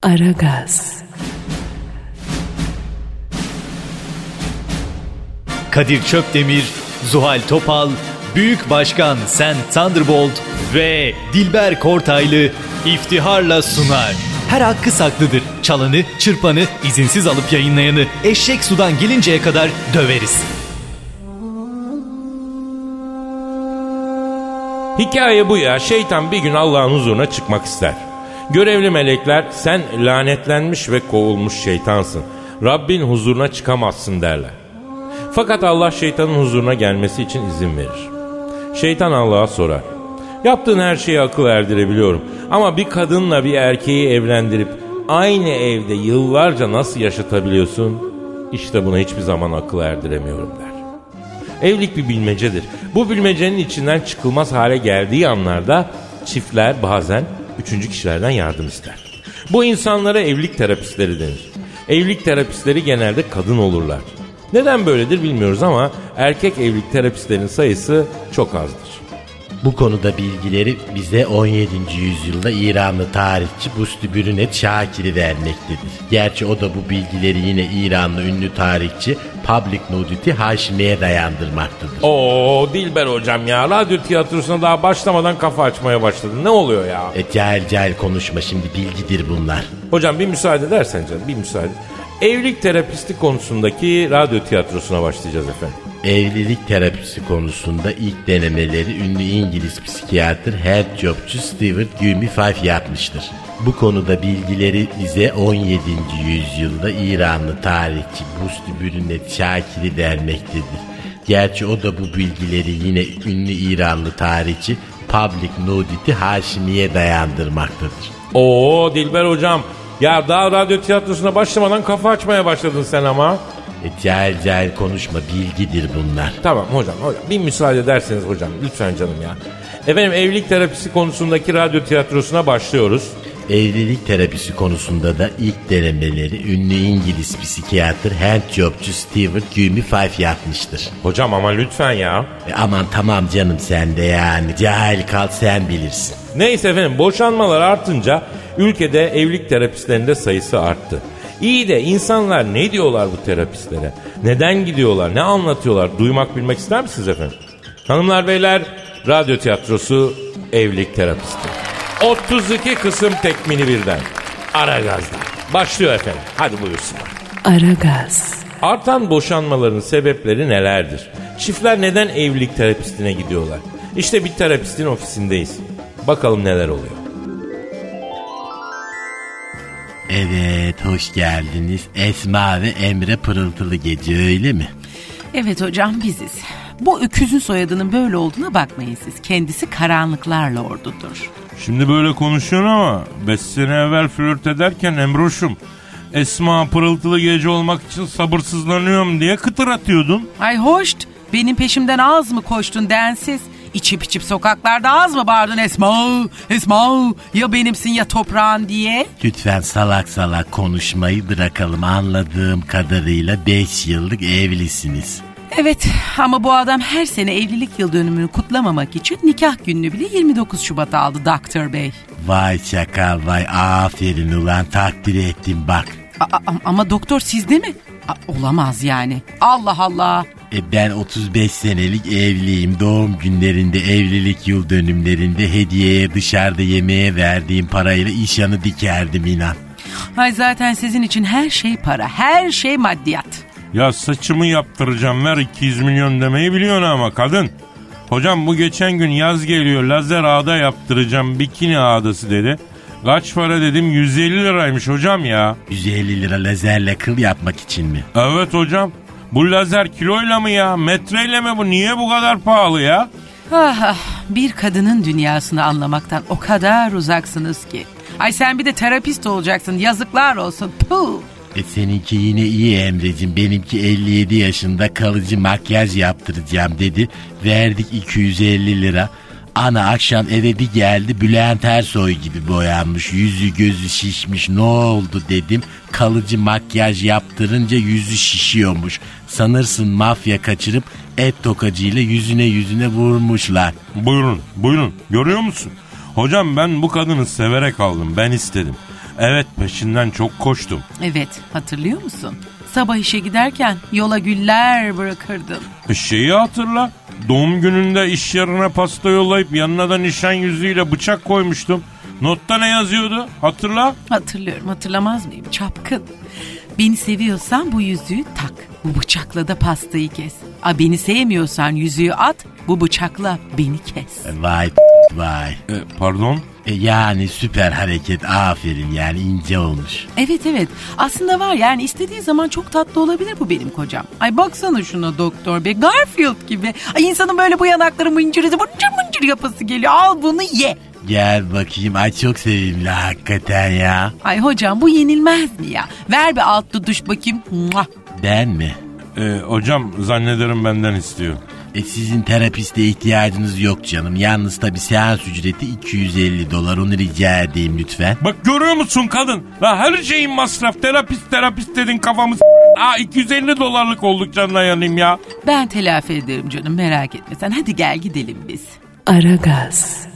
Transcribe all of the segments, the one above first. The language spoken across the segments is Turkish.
Aragaz. Kadir Çöpdemir, Zuhal Topal, Büyük Başkan Sen Thunderbolt ve Dilber Kortaylı iftiharla sunar. Her hakkı saklıdır. Çalanı, çırpanı, izinsiz alıp yayınlayanı eşek sudan gelinceye kadar döveriz. Hikaye bu ya. Şeytan bir gün Allah'ın huzuruna çıkmak ister. Görevli melekler sen lanetlenmiş ve kovulmuş şeytansın, Rabbin huzuruna çıkamazsın derler. Fakat Allah şeytanın huzuruna gelmesi için izin verir. Şeytan Allah'a sorar. Yaptığın her şeyi akıl erdirebiliyorum ama bir kadınla bir erkeği evlendirip aynı evde yıllarca nasıl yaşatabiliyorsun? İşte buna hiçbir zaman akıl erdiremiyorum der. Evlilik bir bilmecedir. Bu bilmecenin içinden çıkılmaz hale geldiği anlarda çiftler bazen üçüncü kişilerden yardım ister. Bu insanlara evlilik terapistleri denir. Evlilik terapistleri genelde kadın olurlar. Neden böyledir bilmiyoruz ama erkek evlilik terapistlerin sayısı çok azdır. Bu konuda bilgileri bize 17. yüzyılda İranlı tarihçi Busti Brünet Şakir'i vermektedir. Gerçi o da bu bilgileri yine İranlı ünlü tarihçi Public Nudity Haşimi'ye dayandırmaktadır. Oo Dilber hocam ya, radyo tiyatrosuna daha başlamadan kafa açmaya başladın. Ne oluyor ya? Cahil konuşma, şimdi bilgidir bunlar. Hocam bir müsaade edersen canım, bir müsaade. Evlilik terapisti konusundaki radyo tiyatrosuna başlayacağız efendim. Evlilik terapisi konusunda ilk denemeleri ünlü İngiliz psikiyatr headjobçu Stewart Gumi Fife yapmıştır. Bu konuda bilgileri bize 17. yüzyılda İranlı tarihçi Busti Brünet Şakir'i vermektedir. Gerçi o da bu bilgileri yine ünlü İranlı tarihçi Public Nudity Haşimi'ye dayandırmaktadır. Oo Dilber hocam, ya daha radyo tiyatrosuna başlamadan kafa açmaya başladın sen ama. Cahil konuşma, bilgidir bunlar. Tamam hocam bir müsaade ederseniz hocam lütfen canım ya. Efendim evlilik terapisi konusundaki radyo tiyatrosuna başlıyoruz. Evlilik terapisi konusunda da ilk denemeleri ünlü İngiliz psikiyatr handjobçu Stewart Gumi Fife yapmıştır. Hocam ama lütfen ya. Aman tamam canım, sen de yani. Cahil kal, sen bilirsin. Neyse efendim, boşanmalar artınca ülkede evlilik terapistlerinin de sayısı arttı. İyi de insanlar ne diyorlar bu terapistlere? Neden gidiyorlar? Ne anlatıyorlar? Duymak bilmek ister misiniz efendim? Hanımlar beyler, radyo tiyatrosu evlilik terapisti. 32 kısım tekmini birden. Aragaz'da. Başlıyor efendim. Hadi buyursunlar. Aragaz. Artan boşanmaların sebepleri nelerdir? Çiftler neden evlilik terapistine gidiyorlar? İşte bir terapistin ofisindeyiz. Bakalım neler oluyor. Evet, hoş geldiniz. Esma ve Emre Pırıltılı Gece, öyle mi? Evet hocam, biziz. Bu öküzün soyadının böyle olduğuna bakmayın siz. Kendisi karanlıklar lordudur. Şimdi böyle konuşuyorsun ama 5 sene evvel flört ederken Emroş'um, Esma Pırıltılı Gece olmak için sabırsızlanıyorum diye kıtır atıyordun. Ay hoşt, benim peşimden az mı koştun densiz? İçip sokaklarda az mı bağırdın Esma ya benimsin ya toprağın diye? Lütfen salak konuşmayı bırakalım. Anladığım kadarıyla 5 yıllık evlisiniz. Evet ama bu adam her sene evlilik yıl dönümünü kutlamamak için nikah gününü bile 29 Şubat aldı Doktor Bey. Vay çakal vay, aferin ulan, takdir ettim bak. Ama doktor sizde mi? Olamaz yani. Allah Allah. Ben 35 senelik evliyim. Doğum günlerinde, evlilik yıl dönümlerinde hediyeye, dışarıda yemeğe verdiğim parayla işanı dikerdim inan. Ay zaten sizin için her şey para, her şey maddiyat. Ya saçımı yaptıracağım, ver 200 milyon demeyi biliyorsun ama kadın. Hocam bu geçen gün yaz geliyor, lazer ağda yaptıracağım, bikini ağdası dedi. Kaç para dedim, 150 liraymış hocam ya. 150 lira lazerle kıl yapmak için mi? Evet hocam. Bu lazer kiloyla mı ya, metreyle mi bu, niye bu kadar pahalı ya? Bir kadının dünyasını anlamaktan o kadar uzaksınız ki. Ay sen bir de terapist olacaksın, yazıklar olsun. Puh. Seninki yine iyi Emre'cim. Benimki 57 yaşında kalıcı makyaj yaptıracağım dedi. Verdik 250 lira. Ana akşam eve bir geldi, Bülent Ersoy gibi boyanmış, yüzü gözü şişmiş. Ne oldu dedim. Kalıcı makyaj yaptırınca yüzü şişiyormuş. Sanırsın mafya kaçırıp et tokacıyla yüzüne vurmuşlar. Buyurun görüyor musun? Hocam ben bu kadını severek aldım, ben istedim. Evet, peşinden çok koştum. Evet, hatırlıyor musun? Sabah işe giderken yola güller bırakırdın. Şeyi hatırla. Doğum gününde iş yerine pasta yollayıp yanına da nişan yüzüğüyle bıçak koymuştum. Notta ne yazıyordu? Hatırla. Hatırlıyorum, hatırlamaz mıyım? Çapkın. Beni seviyorsan bu yüzüğü tak. Bu bıçakla da pastayı kes. Beni sevmiyorsan yüzüğü at. Bu bıçakla beni kes. Vay vay. Pardon? Yani süper hareket, aferin, yani ince olmuş. Evet. Aslında var yani istediği zaman çok tatlı olabilir bu benim kocam. Ay baksana şuna doktor bey. Garfield gibi. Ay insanın böyle bu yanakları mıncır yapası geliyor. Al bunu ye. Gel bakayım, ay çok sevimli hakikaten ya. Ay hocam bu yenilmez mi ya? Ver bir alt duduş bakayım. Muah. Ben mi? Hocam zannederim benden istiyor. Sizin terapiste ihtiyacınız yok canım. Yalnız tabii seans ücreti $250. Onu rica edeyim lütfen. Bak görüyor musun kadın? La her şeyin masraf. Terapist dedin kafamız. $250 olduk canına yanayım ya. Ben telafi ederim canım, merak etme sen. Hadi gel gidelim biz. Aragaz.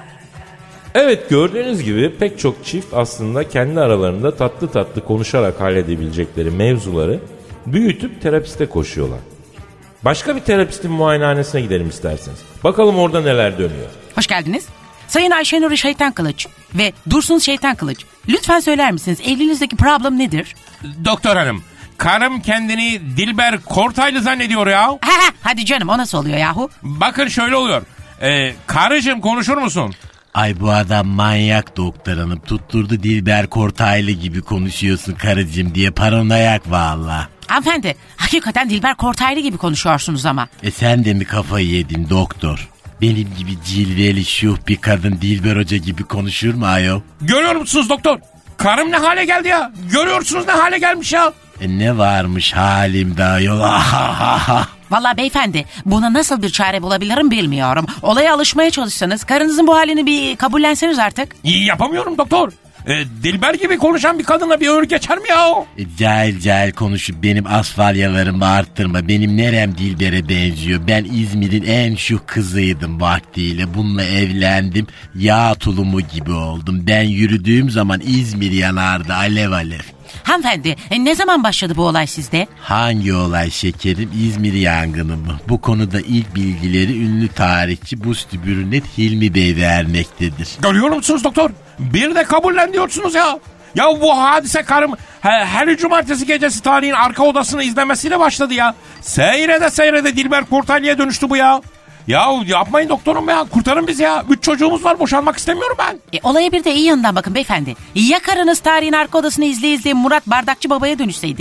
Evet, gördüğünüz gibi pek çok çift aslında kendi aralarında tatlı tatlı konuşarak halledebilecekleri mevzuları büyütüp terapiste koşuyorlar. Başka bir terapistin muayenehanesine gidelim isterseniz. Bakalım orada neler dönüyor. Hoş geldiniz. Sayın Ayşenur Şeytan Kılıç ve Dursun Şeytan Kılıç. Lütfen söyler misiniz evliliğinizdeki problem nedir? Doktor hanım, karım kendini Dilber Kortaylı zannediyor ya. Hadi canım, o nasıl oluyor yahu? Bakın şöyle oluyor. Karıcığım konuşur musun? Ay bu adam manyak doktor hanım. Tutturdu Dilber Kortaylı gibi konuşuyorsun karıcığım diye, paranoyak valla. Hanımefendi, hakikaten Dilber Kortaylı gibi konuşuyorsunuz ama. Sen de mi kafayı yedin doktor? Benim gibi cilveli şuh bir kadın Dilber Hoca gibi konuşur mu ayol? Görüyor musunuz doktor? Karım ne hale geldi ya? Görüyorsunuz ne hale gelmiş ya? Ne varmış halimde ayol? Vallahi beyefendi, buna nasıl bir çare bulabilirim bilmiyorum. Olaya alışmaya çalışsanız, karınızın bu halini bir kabullenseniz artık. Yapamıyorum doktor. Dilber gibi konuşan bir kadına bir ömür geçer mi ya? Cahil konuşup benim asfalyalarımı arttırma. Benim nerem Dilber'e benziyor. Ben İzmir'in en şuh kızıydım vaktiyle. Bununla evlendim. Yağ tulumu gibi oldum. Ben yürüdüğüm zaman İzmir yanardı alev alev. Hanımefendi, ne zaman başladı bu olay sizde? Hangi olay şekerim? İzmir yangını mı? Bu konuda ilk bilgileri ünlü tarihçi Busti Bürünet Hilmi Bey vermektedir. Görüyor musunuz doktor? Bir de kabullen diyorsunuz ya. Ya bu hadise karım her cumartesi gecesi tarihin arka odasını izlemesiyle başladı ya. Seyrede Dilber Kortaylı'ya dönüştü bu ya. Ya yapmayın doktorum ya, kurtarın bizi ya. 3 çocuğumuz var, boşanmak istemiyorum ben. Olaya bir de iyi yanından bakın beyefendi. Ya karınız tarihin arka odasını izleye Murat Bardakçı Baba'ya dönüşseydi?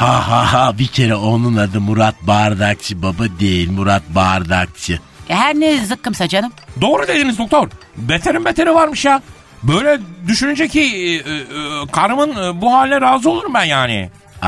Bir kere onun adı Murat Bardakçı Baba değil, Murat Bardakçı. Her ne zıkkımsa canım. Doğru dediniz doktor. Beterin beteri varmış ya. Böyle düşününce ki karımın bu haline razı olurum ben yani.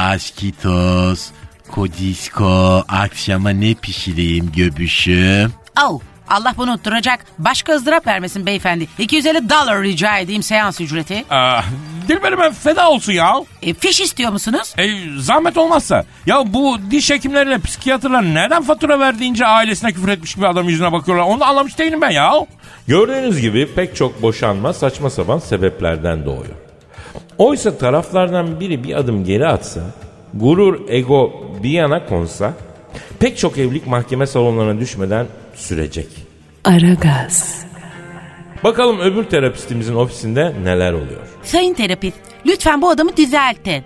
Aşkitos, kodisko, akşama ne pişireyim göbüşüm? Allah bunu unutturacak. Başka ızdırap vermesin beyefendi. $250 rica edeyim seans ücreti. Dilberime feda olsun ya. Fiş istiyor musunuz? Zahmet olmazsa. Ya bu diş hekimleriyle psikiyatrlar neden fatura verdiğince ailesine küfür etmiş gibi adam yüzüne bakıyorlar. Onu da anlamış değilim ben ya. Gördüğünüz gibi pek çok boşanma saçma sapan sebeplerden doğuyor. Oysa taraflardan biri bir adım geri atsa, gurur, ego bir yana konsa, pek çok evlilik mahkeme salonlarına düşmeden sürecek. Aragaz. Bakalım öbür terapistimizin ofisinde neler oluyor. Sayın terapist, lütfen bu adamı düzeltin.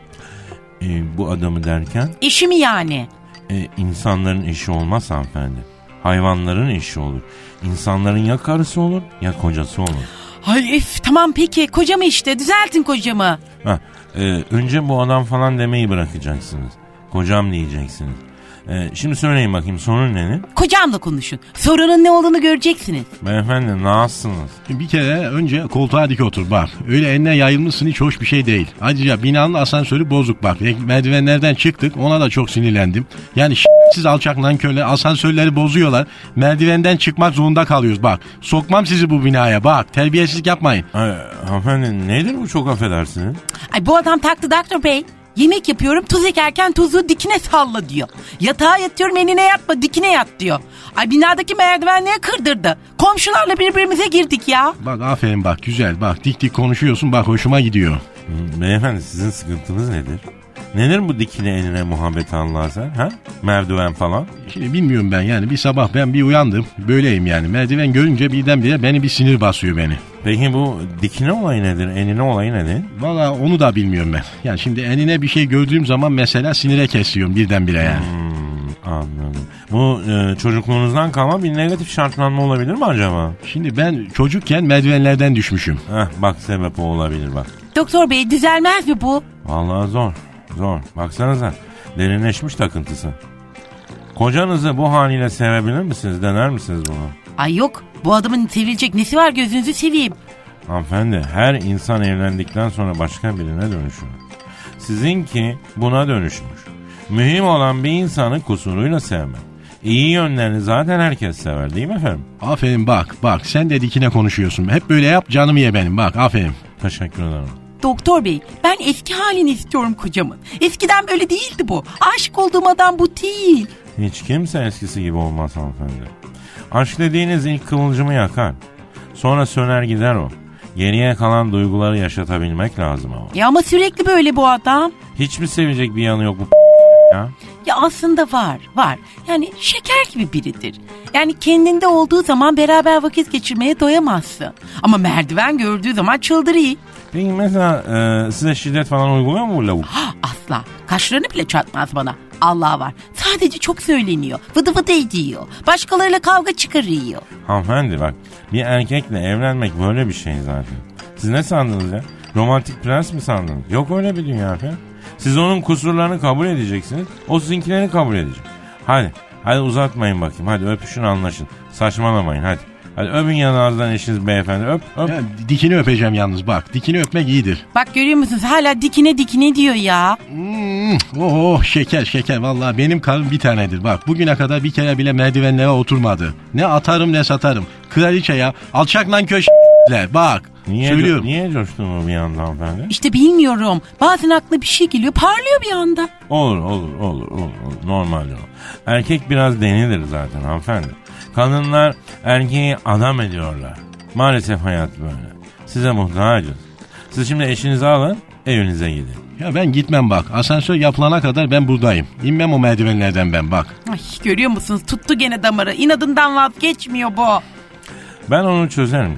Bu adamı derken? İşimi yani. İnsanların eşi olmaz hanımefendi. Hayvanların eşi olur. İnsanların ya karısı olur ya kocası olur. Ay tamam peki, kocamı işte, düzeltin kocamı. Önce bu adam falan demeyi bırakacaksınız. Kocam diyeceksiniz. Şimdi söyleyin bakayım, sorun nedir? Kocamla konuşun. Sorunun ne olduğunu göreceksiniz. Beyefendi nasılsınız? Bir kere önce koltuğa dik otur bak. Öyle eline yayılmışsın, hiç hoş bir şey değil. Ayrıca binanın asansörü bozuk bak. Merdivenlerden çıktık, ona da çok sinirlendim. Yani siz alçak nankörler asansörleri bozuyorlar. Merdivenden çıkmak zorunda kalıyoruz bak. Sokmam sizi bu binaya bak. Terbiyesizlik yapmayın. Hanımefendi nedir bu, çok affedersiniz? Ay bu adam taktı doktor bey. Yemek yapıyorum, tuz ekerken tuzu dikine salla diyor. Yatağa yatıyorum, enine yatma dikine yat diyor. Ay binadaki merdivenleri kırdırdı. Komşularla birbirimize girdik ya. Bak aferin bak, güzel bak, dik dik konuşuyorsun bak, hoşuma gidiyor. Beyefendi sizin sıkıntınız nedir? Nedir bu dikine enine muhabbet Allah sen? Ha? Merdiven falan. Şimdi bilmiyorum ben yani bir sabah ben bir uyandım. Böyleyim yani. Merdiven görünce birdenbire beni bir sinir basıyor beni. Peki bu dikine olayı nedir? Enine olayı nedir? Valla onu da bilmiyorum ben. Yani şimdi enine bir şey gördüğüm zaman mesela sinire kesiyorum birdenbire yani. Anladım. Bu çocukluğunuzdan kalma bir negatif şartlanma olabilir mi acaba? Şimdi ben çocukken merdivenlerden düşmüşüm. Bak sebep o olabilir bak. Doktor bey düzelmez mi bu? Vallahi zor. Baksanıza derinleşmiş takıntısı. Kocanızı bu haliyle sevebilir misiniz? Dener misiniz bunu? Ay yok, bu adamın sevilecek nesi var, gözünüzü seveyim. Hanımefendi, her insan evlendikten sonra başka birine dönüşür. Sizinki buna dönüşmüş. Mühim olan bir insanı kusuruyla sevmek. İyi yönlerini zaten herkes sever değil mi efendim? Aferin bak sen de dikine konuşuyorsun. Hep böyle yap, canımı ye benim, bak aferin. Teşekkür ederim. Doktor bey, ben eski halini istiyorum kocamın. Eskiden böyle değildi bu. Aşık olduğum adam bu değil. Hiç kimse eskisi gibi olmaz hanımefendi. Aşk dediğiniz ilk kıvılcımı yakar. Sonra söner gider o. Geriye kalan duyguları yaşatabilmek lazım ama. Ya ama sürekli böyle bu adam. Hiç mi sevecek bir yanı yok bu ya? Ya aslında var. Yani şeker gibi biridir. Yani kendinde olduğu zaman beraber vakit geçirmeye doyamazsın. Ama merdiven gördüğü zaman çıldırıyor. Peki mesela size şiddet falan uyguluyor mu bu lavuk? Asla. Kaşlarını bile çatmaz bana. Allah var. Sadece çok söyleniyor. Vıdı vıdı ediyor. Başkalarıyla kavga çıkarıyor. Hanımefendi bak, bir erkekle evlenmek böyle bir şey zaten. Siz ne sandınız ya? Romantik prens mi sandınız? Yok öyle bir dünya efendim. Siz onun kusurlarını kabul edeceksiniz. O sizinkilerini kabul edecek. Hadi uzatmayın bakayım. Hadi öpüşün, anlaşın. Saçmalamayın hadi. Hadi öpün yanınızdan eşiniz beyefendi. Öp. Ya, dikini öpeceğim yalnız bak. Dikini öpmek iyidir. Bak görüyor musunuz? Hala dikine diyor ya. Şeker. Vallahi benim karım bir tanedir. Bak bugüne kadar bir kere bile merdivenlere oturmadı. Ne atarım ne satarım. Kraliçe ya. Alçak lan köşeler. Bak. Söylüyorum. Niye coştun mu bir anda hanımefendi? İşte bilmiyorum. Bazen aklına bir şey geliyor. Parlıyor bir anda. Olur. Normal o. Erkek biraz denilir zaten hanımefendi. Kadınlar erkeği adam ediyorlar. Maalesef hayat böyle. Size muhtacız. Siz şimdi eşinizi alın, evinize gidin. Ya ben gitmem bak. Asansör yapılana kadar ben buradayım. İnmem o merdivenlerden ben bak. Ay, görüyor musunuz? Tuttu gene damarı. İnadından vazgeçmiyor bu. Ben onu çözerim.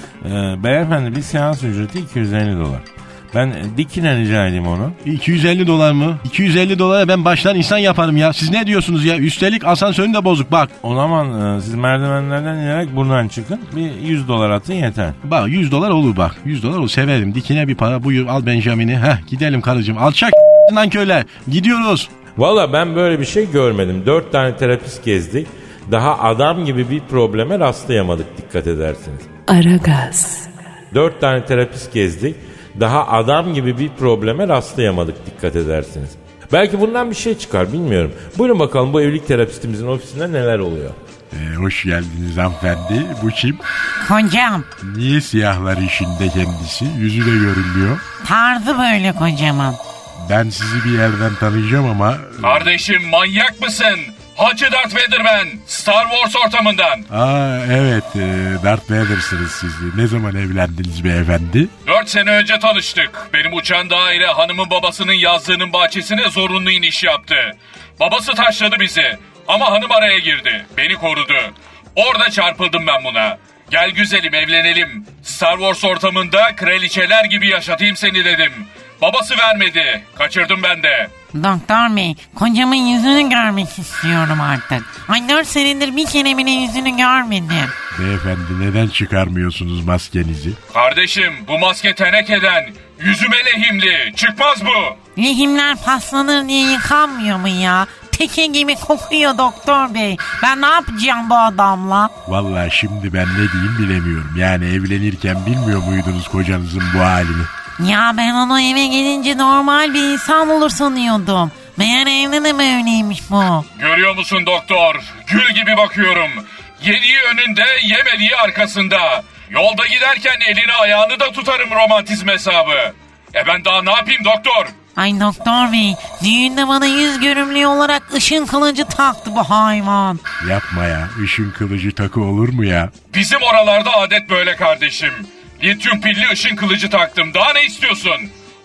Beyefendi bir seans ücreti $250. Ben dikine rica edeyim onu. $250 mı? $250 ben baştan insan yaparım ya. Siz ne diyorsunuz ya? Üstelik asansörün de bozuk bak. O zaman siz merdivenlerden inerek buradan çıkın. Bir $100 atın yeter. Bak $100 olur bak. $100 olur, severim. Dikine bir para, buyur al Benjamin'i. Gidelim karıcığım. Alçak lan köyler. Gidiyoruz. Valla ben böyle bir şey görmedim. 4 tane terapist gezdik. Daha adam gibi bir probleme rastlayamadık dikkat edersiniz. Aragaz. 4 tane terapist gezdik. Daha adam gibi bir probleme rastlayamadık dikkat edersiniz. Belki bundan bir şey çıkar bilmiyorum. Buyurun bakalım bu evlilik terapistimizin ofisinde neler oluyor. Hoş geldiniz hanımefendi. Bu kim? Kocam. Niye siyahlar işinde kendisi? Yüzü de görünmüyor. Tarzı böyle kocamın. Ben sizi bir yerden tanıyacağım ama... Kardeşim manyak mısın? Hacı Darth Vader ben. Star Wars ortamından. Evet, Darth Vader'sınız siz. Ne zaman evlendiniz beyefendi? 4 sene önce tanıştık. Benim uçan daire hanımın babasının yazlığının bahçesine zorunlu iniş yaptı. Babası taşladı bizi. Ama hanım araya girdi. Beni korudu. Orada çarpıldım ben buna. Gel güzelim evlenelim. Star Wars ortamında kraliçeler gibi yaşatayım seni dedim. Babası vermedi. Kaçırdım ben de. Doktor bey, kocamın yüzünü görmek istiyorum artık. Ay 4 senedir bir kere bile yüzünü görmedim. Beyefendi neden çıkarmıyorsunuz maskenizi? Kardeşim bu maske tenekeden. Yüzüme lehimli. Çıkmaz bu. Lehimler paslanır diye yıkanmıyor mu ya? Teke gibi kokuyor doktor bey. Ben ne yapacağım bu adamla? Vallahi şimdi ben ne diyeyim bilemiyorum. Yani evlenirken bilmiyor muydunuz kocanızın bu halini? Ya ben onu eve gelince normal bir insan olur sanıyordum. Meğer evde de böyleymiş bu. Görüyor musun doktor? Gül gibi bakıyorum. Yediği önünde, yemediği arkasında. Yolda giderken elini ayağını da tutarım romantizm hesabı. Ben daha ne yapayım doktor? Ay doktor bey, düğünde bana yüz görümlü olarak ışın kılıcı taktı bu hayvan. Yapma ya, ışın kılıcı takı olur mu ya? Bizim oralarda adet böyle kardeşim. Lityum pilli ışın kılıcı taktım. Daha ne istiyorsun?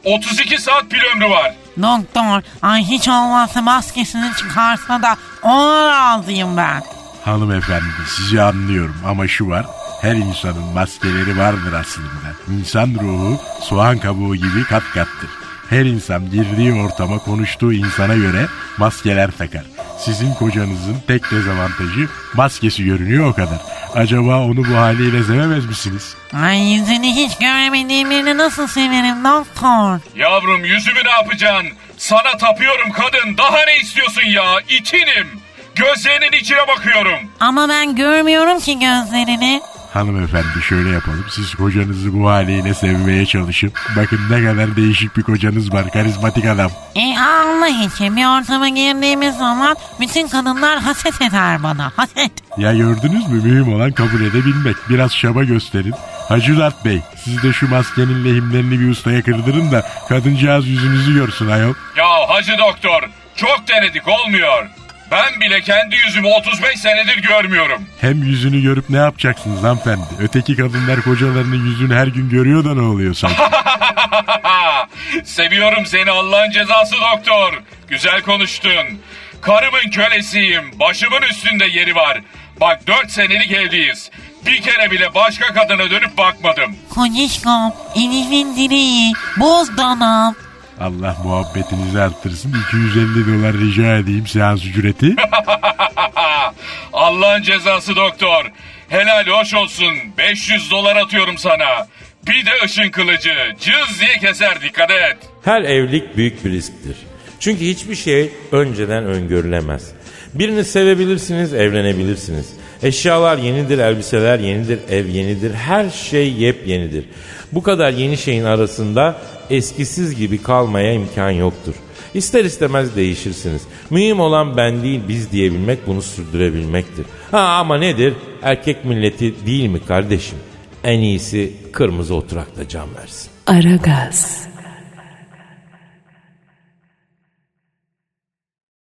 32 saat pil ömrü var. Doktor, ay hiç olmazsa maskesini çıkarsa da ona razıyım ben. Hanımefendi sizi anlıyorum ama şu var. Her insanın maskeleri vardır aslında. İnsan ruhu soğan kabuğu gibi kat kattır. Her insan girdiği ortama konuştuğu insana göre maskeler takar. Sizin kocanızın tek dezavantajı maskesi görünüyor o kadar. Acaba onu bu haliyle sevemez misiniz? Ay yüzünü hiç görmediğim birini nasıl severim doktor? Yavrum yüzümü ne yapacaksın? Sana tapıyorum kadın. Daha ne istiyorsun ya? İtinim. Gözlerinin içine bakıyorum. Ama ben görmüyorum ki gözlerini. Hanımefendi şöyle yapalım. Siz kocanızı bu haliyle sevmeye çalışın. Bakın ne kadar değişik bir kocanız var. Karizmatik adam. Allah için bir ortama girdiğimiz zaman bütün kadınlar haset eder bana. Haset. Ya gördünüz mü? Mühim olan kabul edebilmek. Biraz çaba gösterin. Hacı Dert Bey, siz de şu maskenin lehimlerini bir ustaya kırdırın da kadıncağız yüzünüzü görsün ayol. Ya hacı doktor, çok denedik olmuyor. Ben bile kendi yüzümü 35 senedir görmüyorum. Hem yüzünü görüp ne yapacaksınız hanımefendi? Öteki kadınlar kocalarının yüzünü her gün görüyor da ne oluyor sanki? Seviyorum seni Allah'ın cezası doktor. Güzel konuştun. Karımın kölesiyim. Başımın üstünde yeri var. Bak 4 senelik evliyiz. Bir kere bile başka kadına dönüp bakmadım. Kocişkom, elimin direği, bozdanam. Allah muhabbetinizi arttırsın. 250 dolar rica edeyim seans ücreti. Allah'ın cezası doktor. Helal hoş olsun. 500 dolar atıyorum sana. Bir de ışın kılıcı. Cız diye keser, dikkat et. Her evlilik büyük bir risktir. Çünkü hiçbir şey önceden öngörülemez. Birini sevebilirsiniz, evlenebilirsiniz. Eşyalar yenidir, elbiseler yenidir, ev yenidir. Her şey yepyenidir. Bu kadar yeni şeyin arasında eskisiz gibi kalmaya imkan yoktur. İster istemez değişirsiniz. Mühim olan ben değil biz diyebilmek, bunu sürdürebilmektir. Ama nedir? Erkek milleti değil mi kardeşim? En iyisi kırmızı oturakta can versin. Aragaz.